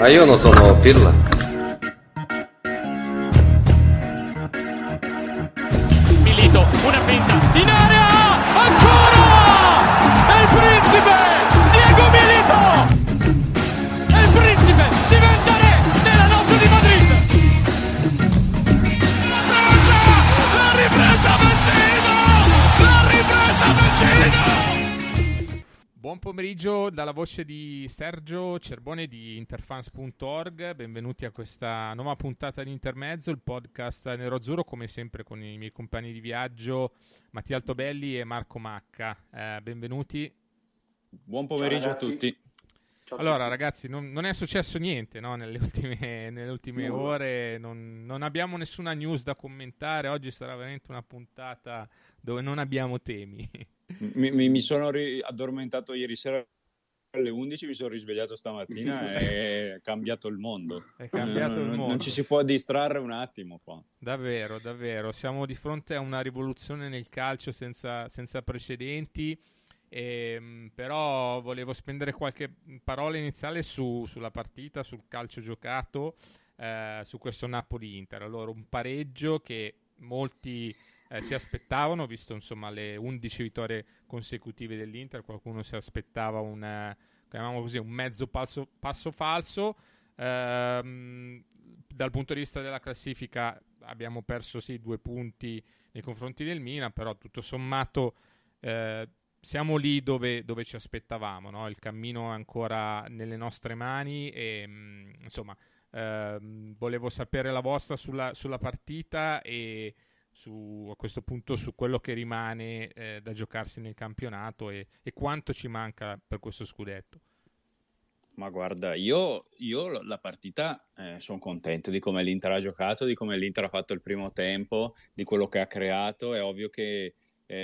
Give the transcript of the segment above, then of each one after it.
Ma io non sono Pirla. Milito, una finta in area, ancora! È il principe, Diego Milito! È il principe, diventa re della notte di Madrid! La ripresa Messina! La ripresa Messina! Buon pomeriggio dalla voce di Sergio Cerbone di Interfans.org, benvenuti a questa nuova puntata di Intermezzo, il podcast nero-azzurro, come sempre con i miei compagni di viaggio Mattia Altobelli e Marco Macca. Benvenuti. Buon pomeriggio a tutti. Ciao allora tutti. Ragazzi, non è successo niente, no? Nelle ultime ore, non abbiamo nessuna news da commentare, oggi sarà veramente una puntata dove non abbiamo temi. Mi sono addormentato ieri sera alle 11, mi sono risvegliato stamattina e è cambiato il mondo. È cambiato il mondo. Non ci si può distrarre un attimo qua. Davvero. Siamo di fronte a una rivoluzione nel calcio senza precedenti. Però volevo spendere qualche parola iniziale sulla partita, sul calcio giocato, su questo Napoli-Inter. Allora, un pareggio che molti si aspettavano, visto insomma le 11 vittorie consecutive dell'Inter. Qualcuno si aspettava chiamiamolo così, un mezzo passo falso. Dal punto di vista della classifica abbiamo perso 2 punti nei confronti del Milan, però tutto sommato siamo lì dove ci aspettavamo, no? Il cammino è ancora nelle nostre mani e insomma volevo sapere la vostra sulla partita e a questo punto su quello che rimane da giocarsi nel campionato e quanto ci manca per questo scudetto. Ma guarda, io la partita sono contento di come l'Inter ha giocato, di come l'Inter ha fatto il primo tempo, di quello che ha creato. È ovvio che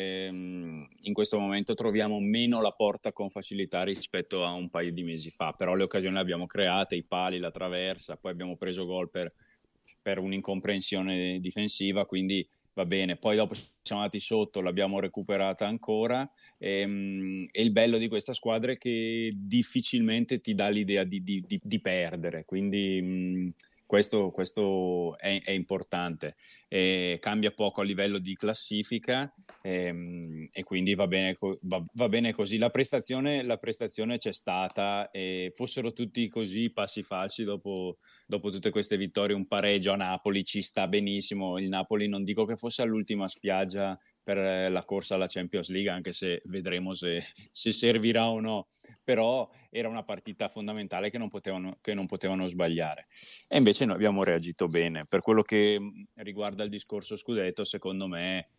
in questo momento troviamo meno la porta con facilità rispetto a un paio di mesi fa, però le occasioni le abbiamo create, i pali, la traversa, poi abbiamo preso gol per un'incomprensione difensiva, quindi va bene. Poi dopo siamo andati sotto, l'abbiamo recuperata ancora e il bello di questa squadra è che difficilmente ti dà l'idea di perdere, quindi questo è importante. Cambia poco a livello di classifica e quindi va bene così. La prestazione c'è stata e fossero tutti così passi falsi dopo tutte queste vittorie. Un pareggio a Napoli ci sta benissimo. Il Napoli non dico che fosse all'ultima spiaggia per la corsa alla Champions League, anche se vedremo se servirà o no, però era una partita fondamentale che non potevano sbagliare e invece noi abbiamo reagito bene. Per quello che riguarda il discorso scudetto, secondo me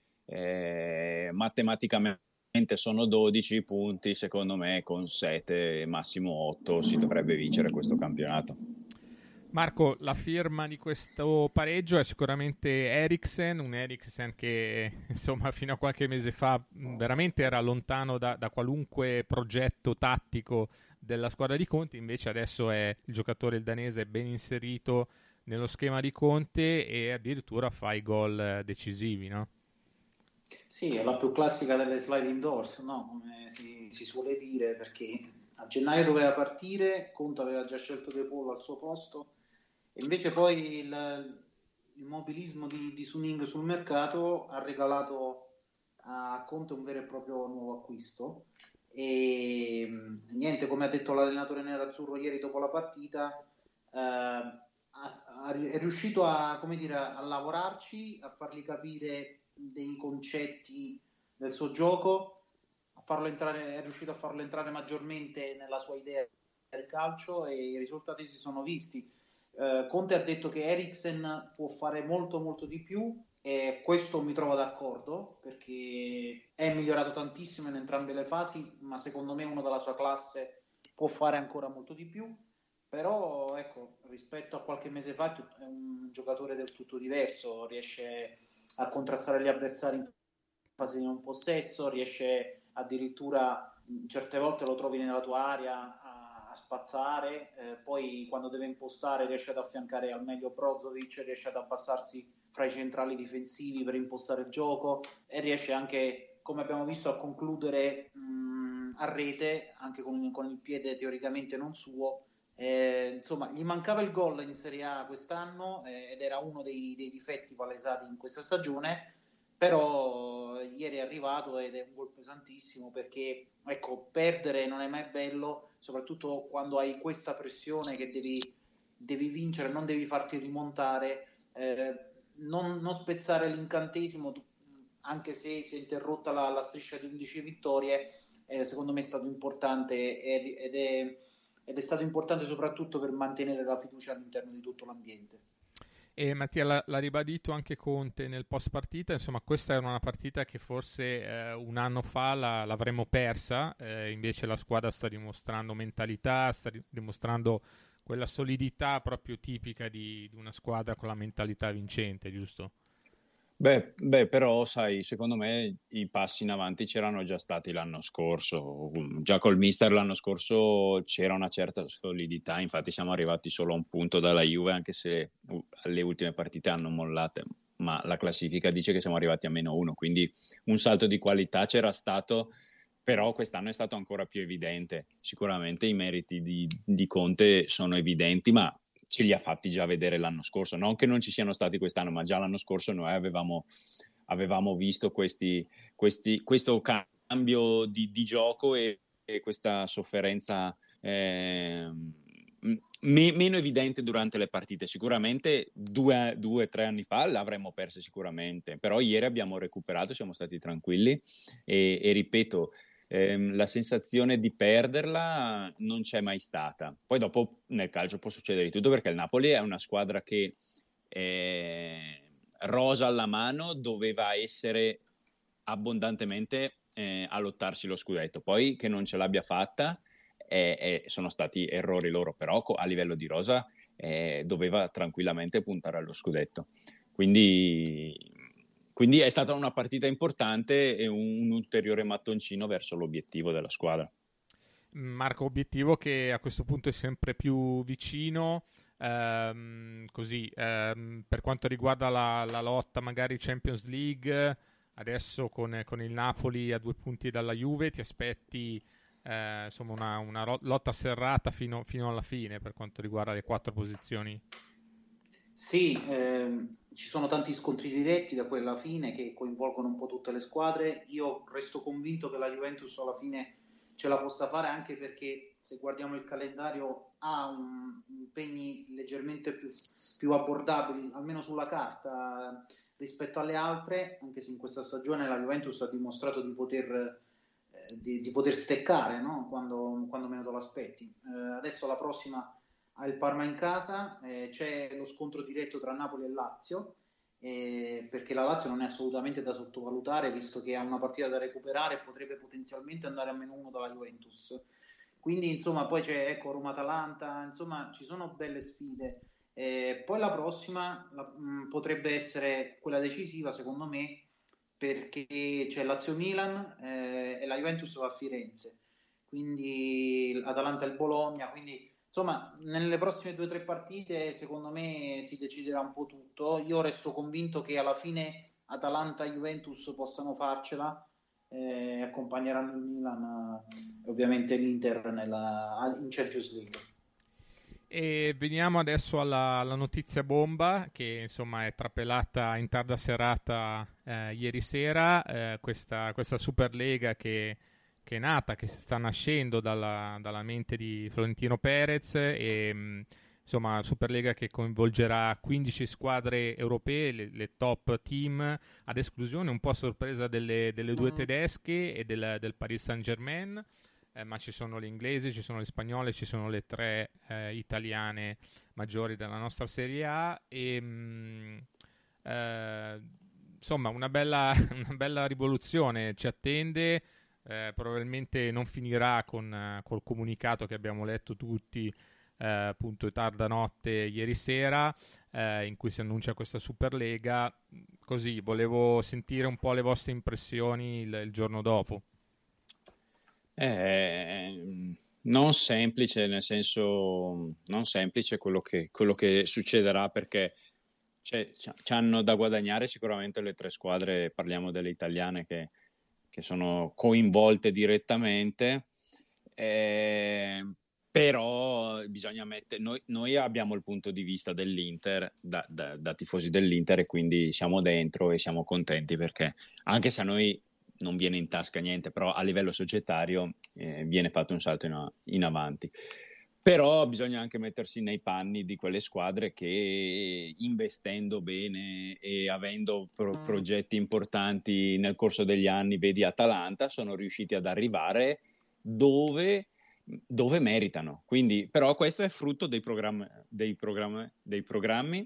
matematicamente sono 12 punti, secondo me con 7 massimo 8 si dovrebbe vincere questo campionato. Marco, la firma di questo pareggio è sicuramente Eriksen, un Eriksen che insomma fino a qualche mese fa veramente era lontano da qualunque progetto tattico della squadra di Conte, invece adesso è il giocatore, il danese, ben inserito nello schema di Conte e addirittura fa i gol decisivi, no? Sì, è la più classica delle sliding doors, no? Come si suole dire, perché a gennaio doveva partire, Conte aveva già scelto De Paul al suo posto. E invece poi il mobilismo di Suning sul mercato ha regalato a Conte un vero e proprio nuovo acquisto e niente, come ha detto l'allenatore nerazzurro ieri dopo la partita, è riuscito a lavorarci, a fargli capire dei concetti del suo gioco, è riuscito a farlo entrare maggiormente nella sua idea del calcio e i risultati si sono visti. Conte ha detto che Eriksen può fare molto molto di più e questo mi trovo d'accordo perché è migliorato tantissimo in entrambe le fasi, ma secondo me uno della sua classe può fare ancora molto di più. Però ecco, rispetto a qualche mese fa è un giocatore del tutto diverso, riesce a contrastare gli avversari in fase di non possesso, riesce addirittura certe volte lo trovi nella tua area a spazzare, poi quando deve impostare riesce ad affiancare al meglio Brozovic, riesce ad abbassarsi fra i centrali difensivi per impostare il gioco e riesce anche, come abbiamo visto, a concludere a rete anche con il piede teoricamente non suo, Insomma, gli mancava il gol in Serie A quest'anno, ed era uno dei difetti palesati in questa stagione, però ieri è arrivato ed è un gol pesantissimo, perché ecco, perdere non è mai bello, soprattutto quando hai questa pressione che devi vincere, non devi farti rimontare, non spezzare l'incantesimo, anche se si è interrotta la striscia di 11 vittorie. Secondo me è stato importante, ed è stato importante soprattutto per mantenere la fiducia all'interno di tutto l'ambiente. E Mattia l'ha ribadito anche Conte nel post partita, insomma questa era una partita che forse un anno fa l'avremmo persa, invece la squadra sta dimostrando mentalità, dimostrando quella solidità proprio tipica di una squadra con la mentalità vincente, giusto? Però sai, secondo me i passi in avanti c'erano già stati l'anno scorso. Già col mister l'anno scorso c'era una certa solidità, infatti siamo arrivati solo a un punto dalla Juve, anche se le ultime partite hanno mollate, ma la classifica dice che siamo arrivati a -1, quindi un salto di qualità c'era stato, però quest'anno è stato ancora più evidente. Sicuramente i meriti di Conte sono evidenti, ma ce li ha fatti già vedere l'anno scorso, non che non ci siano stati quest'anno, ma già l'anno scorso noi avevamo visto questo cambio di gioco e questa sofferenza meno evidente durante le partite. Sicuramente 2 o 3 anni fa l'avremmo persa sicuramente, però ieri abbiamo recuperato, siamo stati tranquilli e ripeto, la sensazione di perderla non c'è mai stata. Poi dopo nel calcio può succedere di tutto, perché il Napoli è una squadra che rosa alla mano doveva essere abbondantemente a lottarsi lo scudetto. Poi che non ce l'abbia fatta sono stati errori loro, però a livello di rosa doveva tranquillamente puntare allo scudetto. Quindi è stata una partita importante e un ulteriore mattoncino verso l'obiettivo della squadra. Marco, obiettivo che a questo punto è sempre più vicino, per quanto riguarda la lotta magari Champions League, adesso con il Napoli a 2 punti dalla Juve, ti aspetti insomma una lotta serrata fino alla fine per quanto riguarda le 4 posizioni? Sì, ci sono tanti scontri diretti da quella fine che coinvolgono un po' tutte le squadre. Io resto convinto che la Juventus alla fine ce la possa fare, anche perché se guardiamo il calendario ha impegni leggermente più abbordabili, almeno sulla carta, rispetto alle altre, anche se in questa stagione la Juventus ha dimostrato di poter steccare, no? Quando meno te lo aspetti. Adesso la prossima ha il Parma in casa, c'è lo scontro diretto tra Napoli e Lazio, perché la Lazio non è assolutamente da sottovalutare, visto che ha una partita da recuperare e potrebbe potenzialmente andare a -1 dalla Juventus. Quindi insomma poi c'è, ecco, Roma-Atalanta, insomma ci sono belle sfide. Poi la prossima potrebbe essere quella decisiva, secondo me, perché c'è Lazio-Milan, e la Juventus va a Firenze, quindi l'Atalanta e il Bologna, quindi insomma nelle prossime 2 o 3 partite secondo me si deciderà un po' tutto. Io resto convinto che alla fine Atalanta e Juventus possano farcela, accompagneranno il Milan e ovviamente l'Inter in Champions League. E veniamo adesso alla notizia bomba che insomma è trapelata in tarda serata ieri sera, questa Superlega che è nata, che sta nascendo dalla mente di Florentino Perez e insomma Superlega che coinvolgerà 15 squadre europee, le top team, ad esclusione un po' a sorpresa delle due tedesche e del Paris Saint-Germain. Ma ci sono le inglesi, ci sono le spagnole, ci sono le 3 italiane maggiori della nostra Serie A insomma una bella, una bella rivoluzione ci attende. Probabilmente non finirà col comunicato che abbiamo letto tutti appunto tarda notte ieri sera, in cui si annuncia questa Superlega. Così volevo sentire un po' le vostre impressioni il giorno dopo. Non semplice, nel senso, non semplice quello che succederà, perché c'hanno da guadagnare sicuramente le 3 squadre, parliamo delle italiane che sono coinvolte direttamente. Però bisogna mettere, noi abbiamo il punto di vista dell'Inter, da tifosi dell'Inter, e quindi siamo dentro e siamo contenti perché anche se a noi non viene in tasca niente, però a livello societario viene fatto un salto in avanti. Però bisogna anche mettersi nei panni di quelle squadre che, investendo bene e avendo progetti importanti nel corso degli anni, vedi Atalanta, sono riusciti ad arrivare dove meritano. Quindi, però questo è frutto dei programmi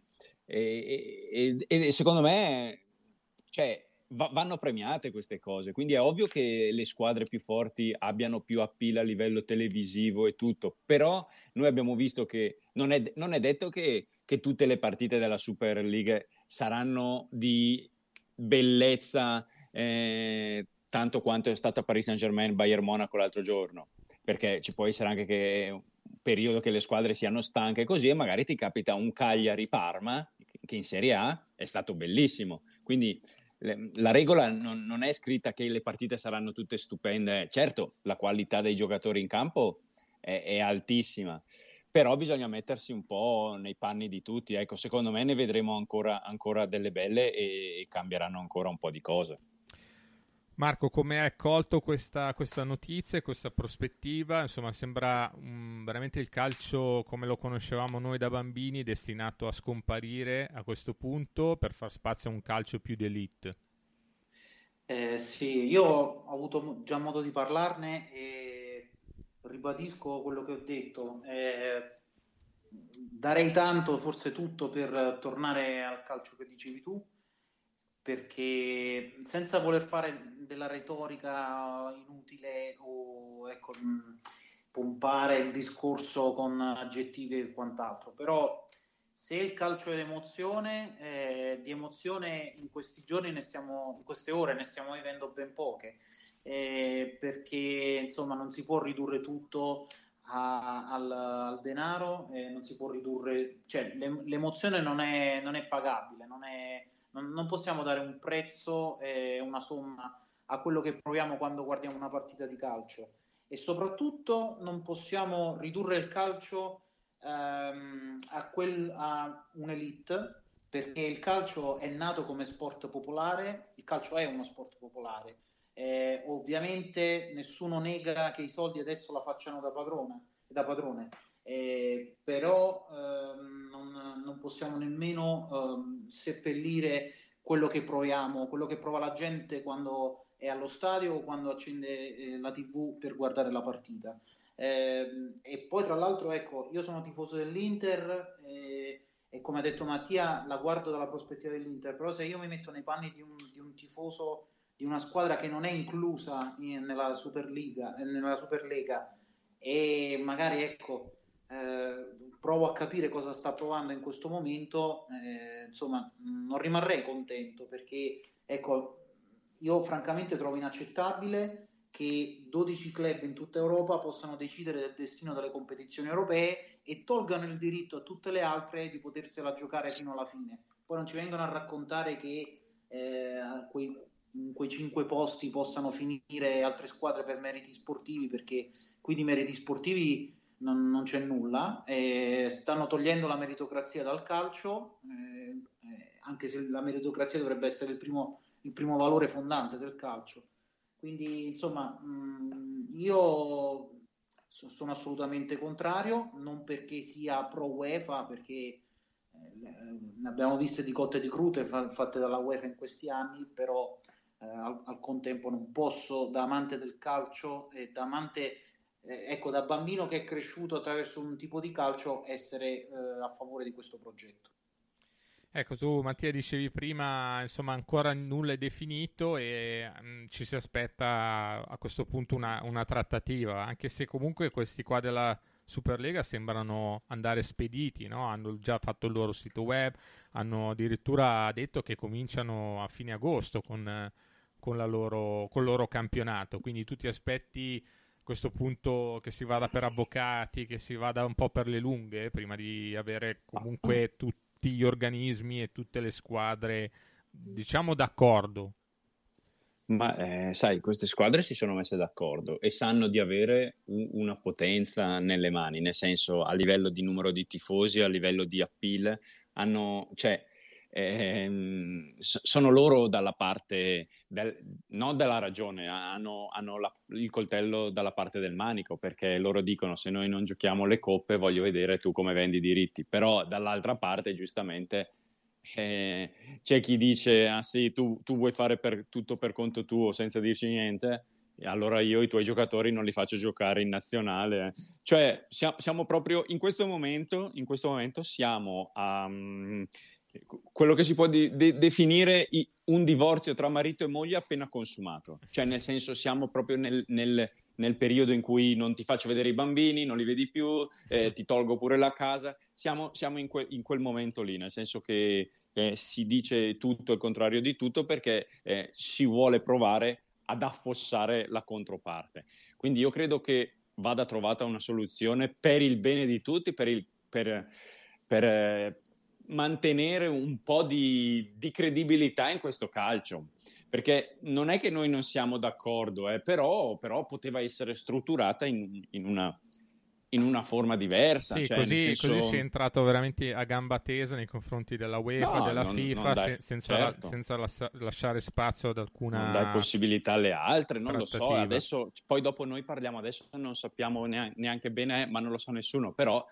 e secondo me, cioè, vanno premiate queste cose. Quindi è ovvio che le squadre più forti abbiano più appeal a livello televisivo e tutto, però noi abbiamo visto che non è detto che tutte le partite della Super League saranno di bellezza, tanto quanto è stata Paris Saint-Germain Bayern Monaco l'altro giorno, perché ci può essere anche un periodo che le squadre siano stanche così, e magari ti capita un Cagliari-Parma che in Serie A è stato bellissimo. Quindi la regola non è scritta che le partite saranno tutte stupende. Certo, la qualità dei giocatori in campo è altissima, però bisogna mettersi un po' nei panni di tutti. Ecco, secondo me ne vedremo ancora delle belle e cambieranno ancora un po' di cose. Marco, come hai accolto questa notizia e questa prospettiva? Insomma, sembra veramente il calcio come lo conoscevamo noi da bambini, destinato a scomparire a questo punto per far spazio a un calcio più d'élite. Sì, io ho avuto già modo di parlarne e ribadisco quello che ho detto. Darei tanto, forse tutto, per tornare al calcio che dicevi tu, perché senza voler fare della retorica inutile o ecco, pompare il discorso con aggettivi e quant'altro, però se il calcio è emozione, di emozione in questi giorni in queste ore ne stiamo vivendo ben poche, perché insomma non si può ridurre tutto al denaro, non si può ridurre, cioè l'emozione non è pagabile, non possiamo dare un prezzo, una somma a quello che proviamo quando guardiamo una partita di calcio, e soprattutto non possiamo ridurre il calcio a un'elite, perché il calcio è nato come sport popolare, il calcio è uno sport popolare. Ovviamente nessuno nega che i soldi adesso la facciano da padrone, però non possiamo nemmeno seppellire quello che proviamo, quello che prova la gente quando è allo stadio o quando accende la TV per guardare la partita. E poi tra l'altro, ecco, io sono tifoso dell'Inter e come ha detto Mattia la guardo dalla prospettiva dell'Inter, però se io mi metto nei panni di un tifoso di una squadra che non è inclusa nella Superlega e magari ecco provo a capire cosa sta provando in questo momento, insomma non rimarrei contento, perché ecco, io francamente trovo inaccettabile che 12 club in tutta Europa possano decidere del destino delle competizioni europee e tolgano il diritto a tutte le altre di potersela giocare fino alla fine. Poi non ci vengono a raccontare che in quei 5 posti possano finire altre squadre per meriti sportivi, perché qui di meriti sportivi non c'è nulla. Stanno togliendo la meritocrazia dal calcio, anche se la meritocrazia dovrebbe essere il primo valore fondante del calcio. Quindi insomma io sono assolutamente contrario, non perché sia pro UEFA, perché ne abbiamo viste di cotte e di crude fatte dalla UEFA in questi anni, però al contempo non posso, da amante del calcio e da amante, ecco, da bambino che è cresciuto attraverso un tipo di calcio, essere a favore di questo progetto. Ecco, tu Mattia dicevi prima, insomma, ancora nulla è definito e ci si aspetta a questo punto una trattativa, anche se comunque questi qua della Superlega sembrano andare spediti, no? Hanno già fatto il loro sito web, hanno addirittura detto che cominciano a fine agosto con col loro campionato, quindi tu ti aspetti a questo punto che si vada per avvocati, che si vada un po' per le lunghe prima di avere comunque tutti gli organismi e tutte le squadre, diciamo, d'accordo. Ma sai, queste squadre si sono messe d'accordo e sanno di avere una potenza nelle mani, nel senso a livello di numero di tifosi, a livello di appeal, cioè, sono loro dalla parte, non della ragione, hanno il coltello dalla parte del manico, perché loro dicono se noi non giochiamo le coppe voglio vedere tu come vendi i diritti, però dall'altra parte giustamente eh, c'è chi dice, ah sì, tu vuoi fare tutto per conto tuo senza dirci niente, e allora io i tuoi giocatori non li faccio giocare in nazionale. Cioè, siamo proprio in questo momento siamo a quello che si può definire un divorzio tra marito e moglie appena consumato. Cioè, nel senso, siamo proprio nel periodo in cui non ti faccio vedere i bambini, non li vedi più, ti tolgo pure la casa. Siamo in quel momento lì, nel senso che si dice tutto il contrario di tutto perché si vuole provare ad affossare la controparte. Quindi io credo che vada trovata una soluzione per il bene di tutti, per mantenere un po' di credibilità in questo calcio. Perché non è che noi non siamo d'accordo, però poteva essere strutturata in una forma diversa, Sì, cioè nel così si è senso. entrato veramente a gamba tesa nei confronti della UEFA, No, della non FIFA, dai, certo, senza lasciare spazio ad non dai alcuna possibilità alle altre, non lo so. trattativa. Adesso, poi dopo noi parliamo, adesso non sappiamo neanche bene, ma non lo sa nessuno, però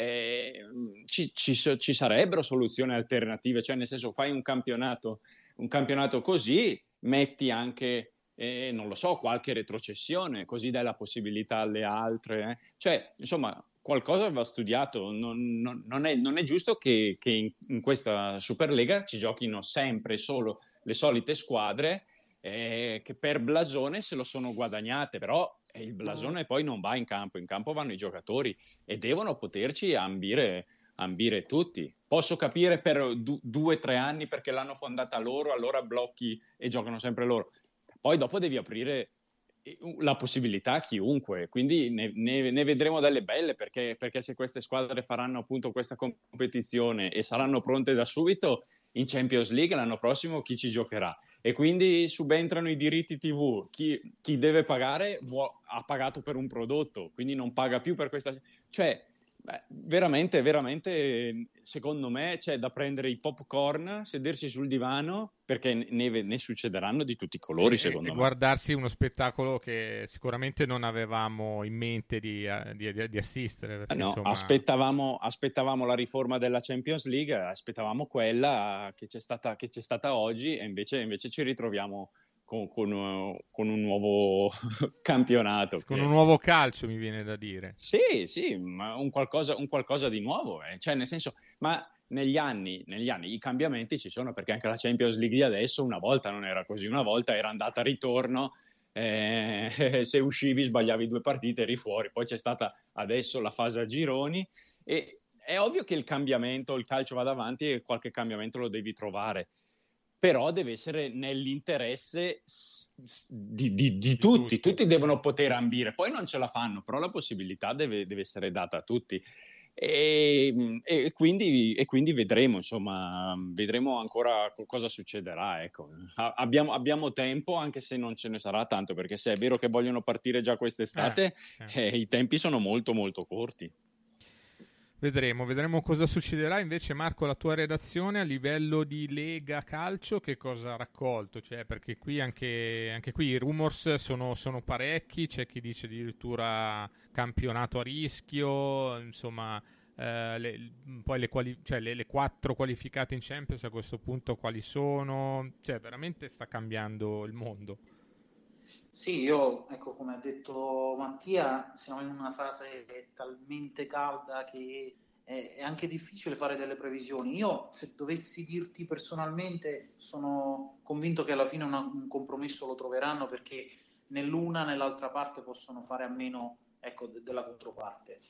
ci sarebbero soluzioni alternative, cioè nel senso fai un campionato così, metti anche, non lo so, qualche retrocessione, così dai la possibilità alle altre. Cioè, insomma, qualcosa va studiato, non è giusto che in questa Superlega ci giochino sempre solo le solite squadre che per blasone se lo sono guadagnate, però il blasone poi non va in campo vanno i giocatori e devono poterci ambire tutti. Posso capire per 2 o 3 anni perché l'hanno fondata loro, allora blocchi e giocano sempre loro. Poi dopo devi aprire la possibilità a chiunque, quindi ne vedremo delle belle perché se queste squadre faranno appunto questa competizione e saranno pronte da subito in Champions League l'anno prossimo chi ci giocherà? E quindi subentrano i diritti TV. Chi deve pagare ha pagato per un prodotto, quindi non paga più per questa. Cioè, veramente, veramente, secondo me c'è da prendere i popcorn, sedersi sul divano, perché ne succederanno di tutti i colori, E secondo me. guardarsi uno spettacolo che sicuramente non avevamo in mente di assistere, perché No, insomma. aspettavamo la riforma della Champions League, aspettavamo quella che c'è stata oggi e invece ci ritroviamo con un nuovo campionato Con un che. nuovo calcio mi viene da dire. Sì, sì, ma un qualcosa di nuovo, cioè nel senso, ma negli anni i cambiamenti ci sono perché anche la Champions League di adesso una volta non era così, una volta era andata a ritorno, se uscivi sbagliavi 2 partite eri fuori, poi c'è stata adesso la fase a gironi e è ovvio che il cambiamento, il calcio va avanti e qualche cambiamento lo devi trovare, però deve essere nell'interesse di tutti devono poter ambire, poi non ce la fanno, però la possibilità deve essere data a tutti. E quindi vedremo, insomma, vedremo ancora cosa succederà. Ecco. Abbiamo tempo, anche se non ce ne sarà tanto, perché se è vero che vogliono partire già quest'estate, Sì. i tempi sono molto, molto corti. Vedremo cosa succederà. Invece, Marco, la tua redazione a livello di Lega Calcio, che cosa ha raccolto? Cioè, perché qui anche qui i rumors sono parecchi, c'è chi dice addirittura campionato a rischio, insomma, poi cioè, le 4 qualificate in Champions a questo punto quali sono? Cioè, veramente sta cambiando il mondo. Sì, io, ecco, come ha detto Mattia, siamo in una fase talmente calda che è anche difficile fare delle previsioni. Io, se dovessi dirti personalmente, sono convinto che alla fine un compromesso lo troveranno perché né l'una né l'altra parte possono fare a meno, ecco, della controparte.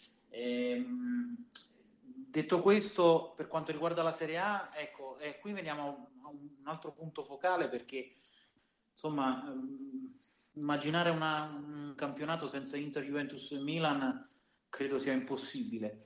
Detto questo, per quanto riguarda la Serie A, ecco, qui veniamo a un altro punto focale perché insomma, immaginare un campionato senza Inter, Juventus e Milan credo sia impossibile.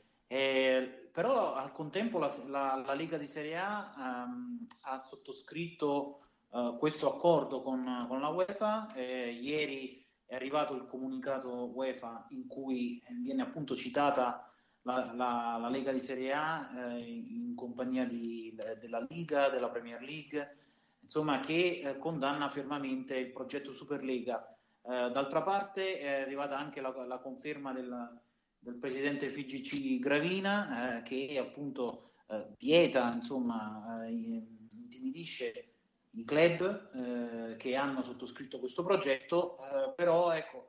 Però al contempo la Lega di Serie A ha sottoscritto questo accordo con la UEFA. Ieri è arrivato il comunicato UEFA in cui viene appunto citata la Lega di Serie A in compagnia della Liga, della Premier League, insomma, che condanna fermamente il progetto Superlega. D'altra parte è arrivata anche la conferma del presidente FIGC Gravina, che appunto vieta, insomma, intimidisce i club che hanno sottoscritto questo progetto, però ecco,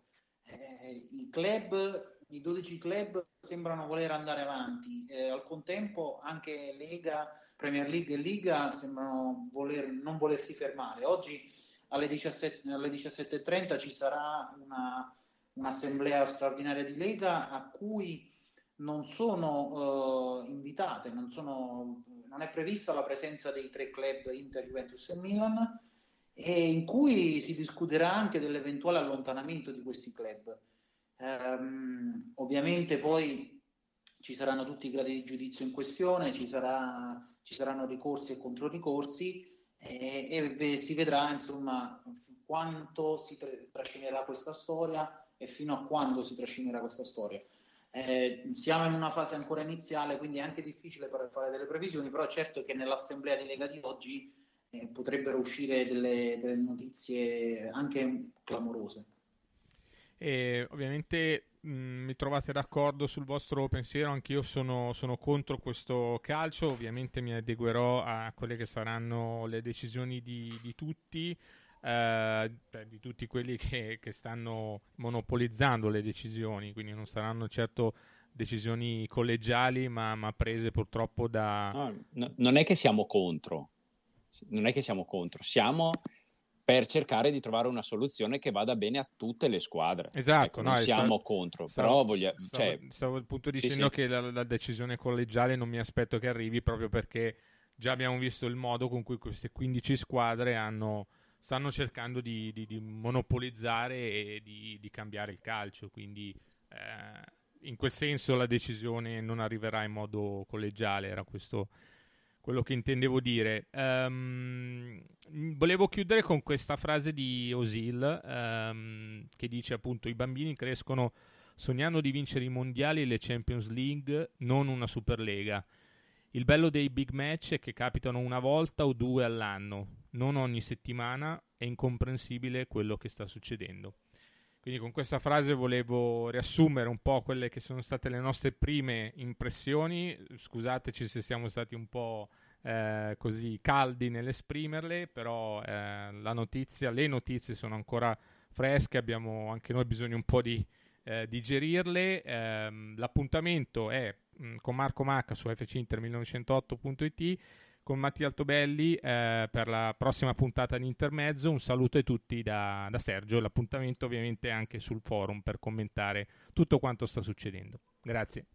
i 12 club sembrano voler andare avanti, al contempo anche Lega, Premier League e Liga sembrano non volersi fermare. Oggi alle 17:30 ci sarà un'assemblea straordinaria di Lega a cui non sono invitate, non è prevista la presenza dei 3 club Inter, Juventus e Milan, e in cui si discuterà anche dell'eventuale allontanamento di questi club. Ovviamente poi ci saranno tutti i gradi di giudizio in questione, ci saranno ricorsi e controricorsi, e si vedrà, insomma, quanto si trascinerà questa storia e fino a quando si trascinerà questa storia. Siamo in una fase ancora iniziale, quindi è anche difficile per fare delle previsioni, però è certo che nell'assemblea di Lega di oggi potrebbero uscire delle notizie anche clamorose. E ovviamente mi trovate d'accordo sul vostro pensiero, anch'io sono contro questo calcio, ovviamente mi adeguerò a quelle che saranno le decisioni di tutti, di tutti quelli che stanno monopolizzando le decisioni, quindi non saranno certo decisioni collegiali, ma prese purtroppo da... No, non è che siamo contro, siamo per cercare di trovare una soluzione che vada bene a tutte le squadre. Esatto, ecco, non siamo contro, però stavo appunto dicendo che la decisione collegiale non mi aspetto che arrivi, proprio perché già abbiamo visto il modo con cui queste 15 squadre stanno cercando di monopolizzare e di cambiare il calcio, quindi in quel senso la decisione non arriverà in modo collegiale, era questo quello che intendevo dire. Volevo chiudere con questa frase di Özil, che dice appunto: i bambini crescono sognando di vincere i mondiali e le Champions League, non una Superlega. Il bello dei big match è che capitano una volta o 2 all'anno, non ogni settimana. È incomprensibile quello che sta succedendo. Quindi con questa frase volevo riassumere un po' quelle che sono state le nostre prime impressioni. Scusateci se siamo stati un po' così caldi nell'esprimerle, però le notizie sono ancora fresche, abbiamo anche noi bisogno un po' di digerirle. L'appuntamento è con Marco Macca su fcinter1908.it, con Mattia Altobelli per la prossima puntata di Intermezzo. Un saluto a tutti da Sergio, l'appuntamento ovviamente anche sul forum per commentare tutto quanto sta succedendo. Grazie.